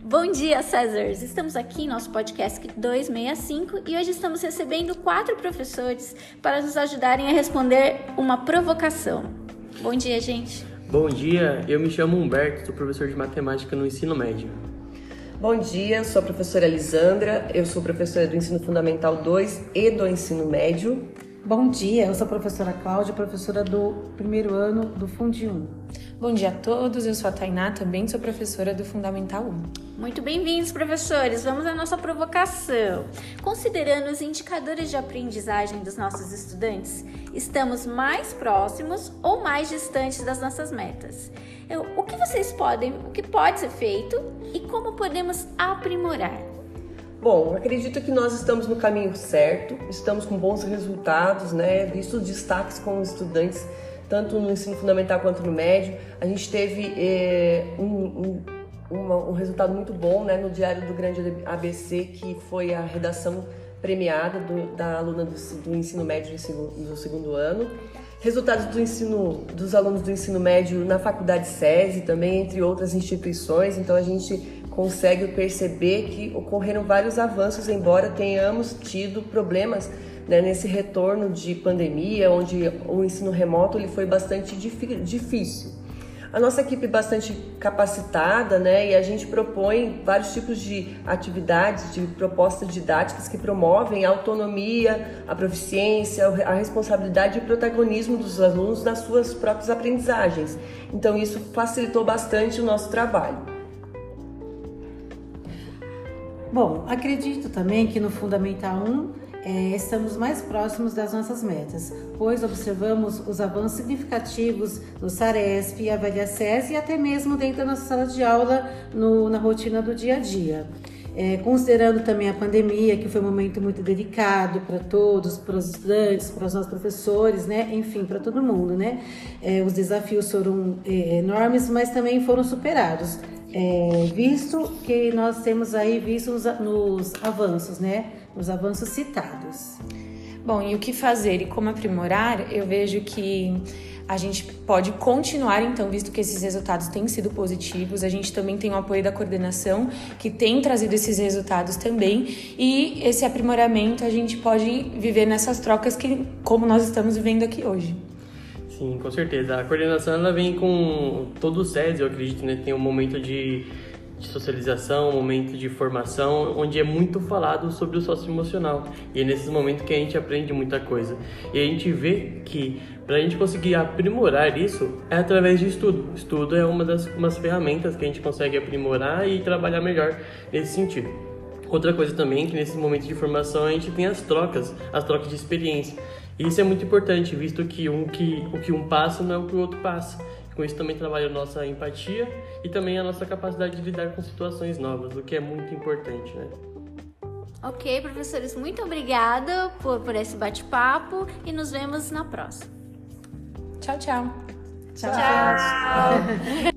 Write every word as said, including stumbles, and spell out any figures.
Bom dia, Césars! Estamos aqui em nosso podcast duzentos e sessenta e cinco e hoje estamos recebendo quatro professores para nos ajudarem a responder uma provocação. Bom dia, gente! Bom dia, eu me chamo Humberto, sou professor de matemática no ensino médio. Bom dia, sou a professora Lisandra, eu sou professora do ensino fundamental dois e do ensino médio. Bom dia, eu sou a professora Cláudia, professora do primeiro ano do Fundi um. Bom dia a todos, eu sou a Tainá, também sou professora do Fundamental um. Muito bem-vindos, professores! Vamos à nossa provocação. Considerando os indicadores de aprendizagem dos nossos estudantes, estamos mais próximos ou mais distantes das nossas metas? Eu, o que vocês podem, o que pode ser feito e como podemos aprimorar? Bom, acredito que nós estamos no caminho certo, estamos com bons resultados, né? Visto os destaques com os estudantes, tanto no ensino fundamental quanto no médio. A gente teve é, um, um, uma, um resultado muito bom, né, no Diário do Grande A B C, que foi a redação premiada do, da aluna do, do ensino médio do segundo, do segundo ano. Resultados do ensino, dos alunos do ensino médio na Faculdade SESI também, entre outras instituições. Então a gente consegue perceber que ocorreram vários avanços, embora tenhamos tido problemas, né, nesse retorno de pandemia, onde o ensino remoto ele foi bastante difícil. A nossa equipe é bastante capacitada, né, e a gente propõe vários tipos de atividades, de propostas didáticas que promovem a autonomia, a proficiência, a responsabilidade e o protagonismo dos alunos nas suas próprias aprendizagens. Então isso facilitou bastante o nosso trabalho. Bom, acredito também que no Fundamental um é, estamos mais próximos das nossas metas, pois observamos os avanços significativos no SARESP, Avalia SESI e até mesmo dentro da nossa sala de aula no, na rotina do dia a dia. É, considerando também a pandemia, que foi um momento muito delicado para todos, para os estudantes, para os nossos professores, né? Enfim, para todo mundo, né? É, os desafios foram é, enormes, mas também foram superados. É, visto que nós temos aí visto nos, nos avanços, né? Os avanços citados. Bom, e o que fazer e como aprimorar, eu vejo que a gente pode continuar, então, visto que esses resultados têm sido positivos, a gente também tem o apoio da coordenação, que tem trazido esses resultados também, e esse aprimoramento a gente pode viver nessas trocas que, como nós estamos vivendo aqui hoje. Sim, com certeza. A coordenação ela vem com todo o SESI, eu acredito, né? Tem um momento de, de socialização, um momento de formação, onde é muito falado sobre o socioemocional. E é nesses momentos que a gente aprende muita coisa. E a gente vê que para a gente conseguir aprimorar isso é através de estudo. Estudo é uma das umas ferramentas que a gente consegue aprimorar e trabalhar melhor nesse sentido. Outra coisa também, que nesse momento de formação a gente tem as trocas, as trocas de experiência. E isso é muito importante, visto que, um, que o que um passa não é o que o outro passa. Com isso também trabalha a nossa empatia e também a nossa capacidade de lidar com situações novas, o que é muito importante, né? Ok, professores, muito obrigada por, por esse bate-papo e nos vemos na próxima. Tchau, tchau. Tchau. Tchau.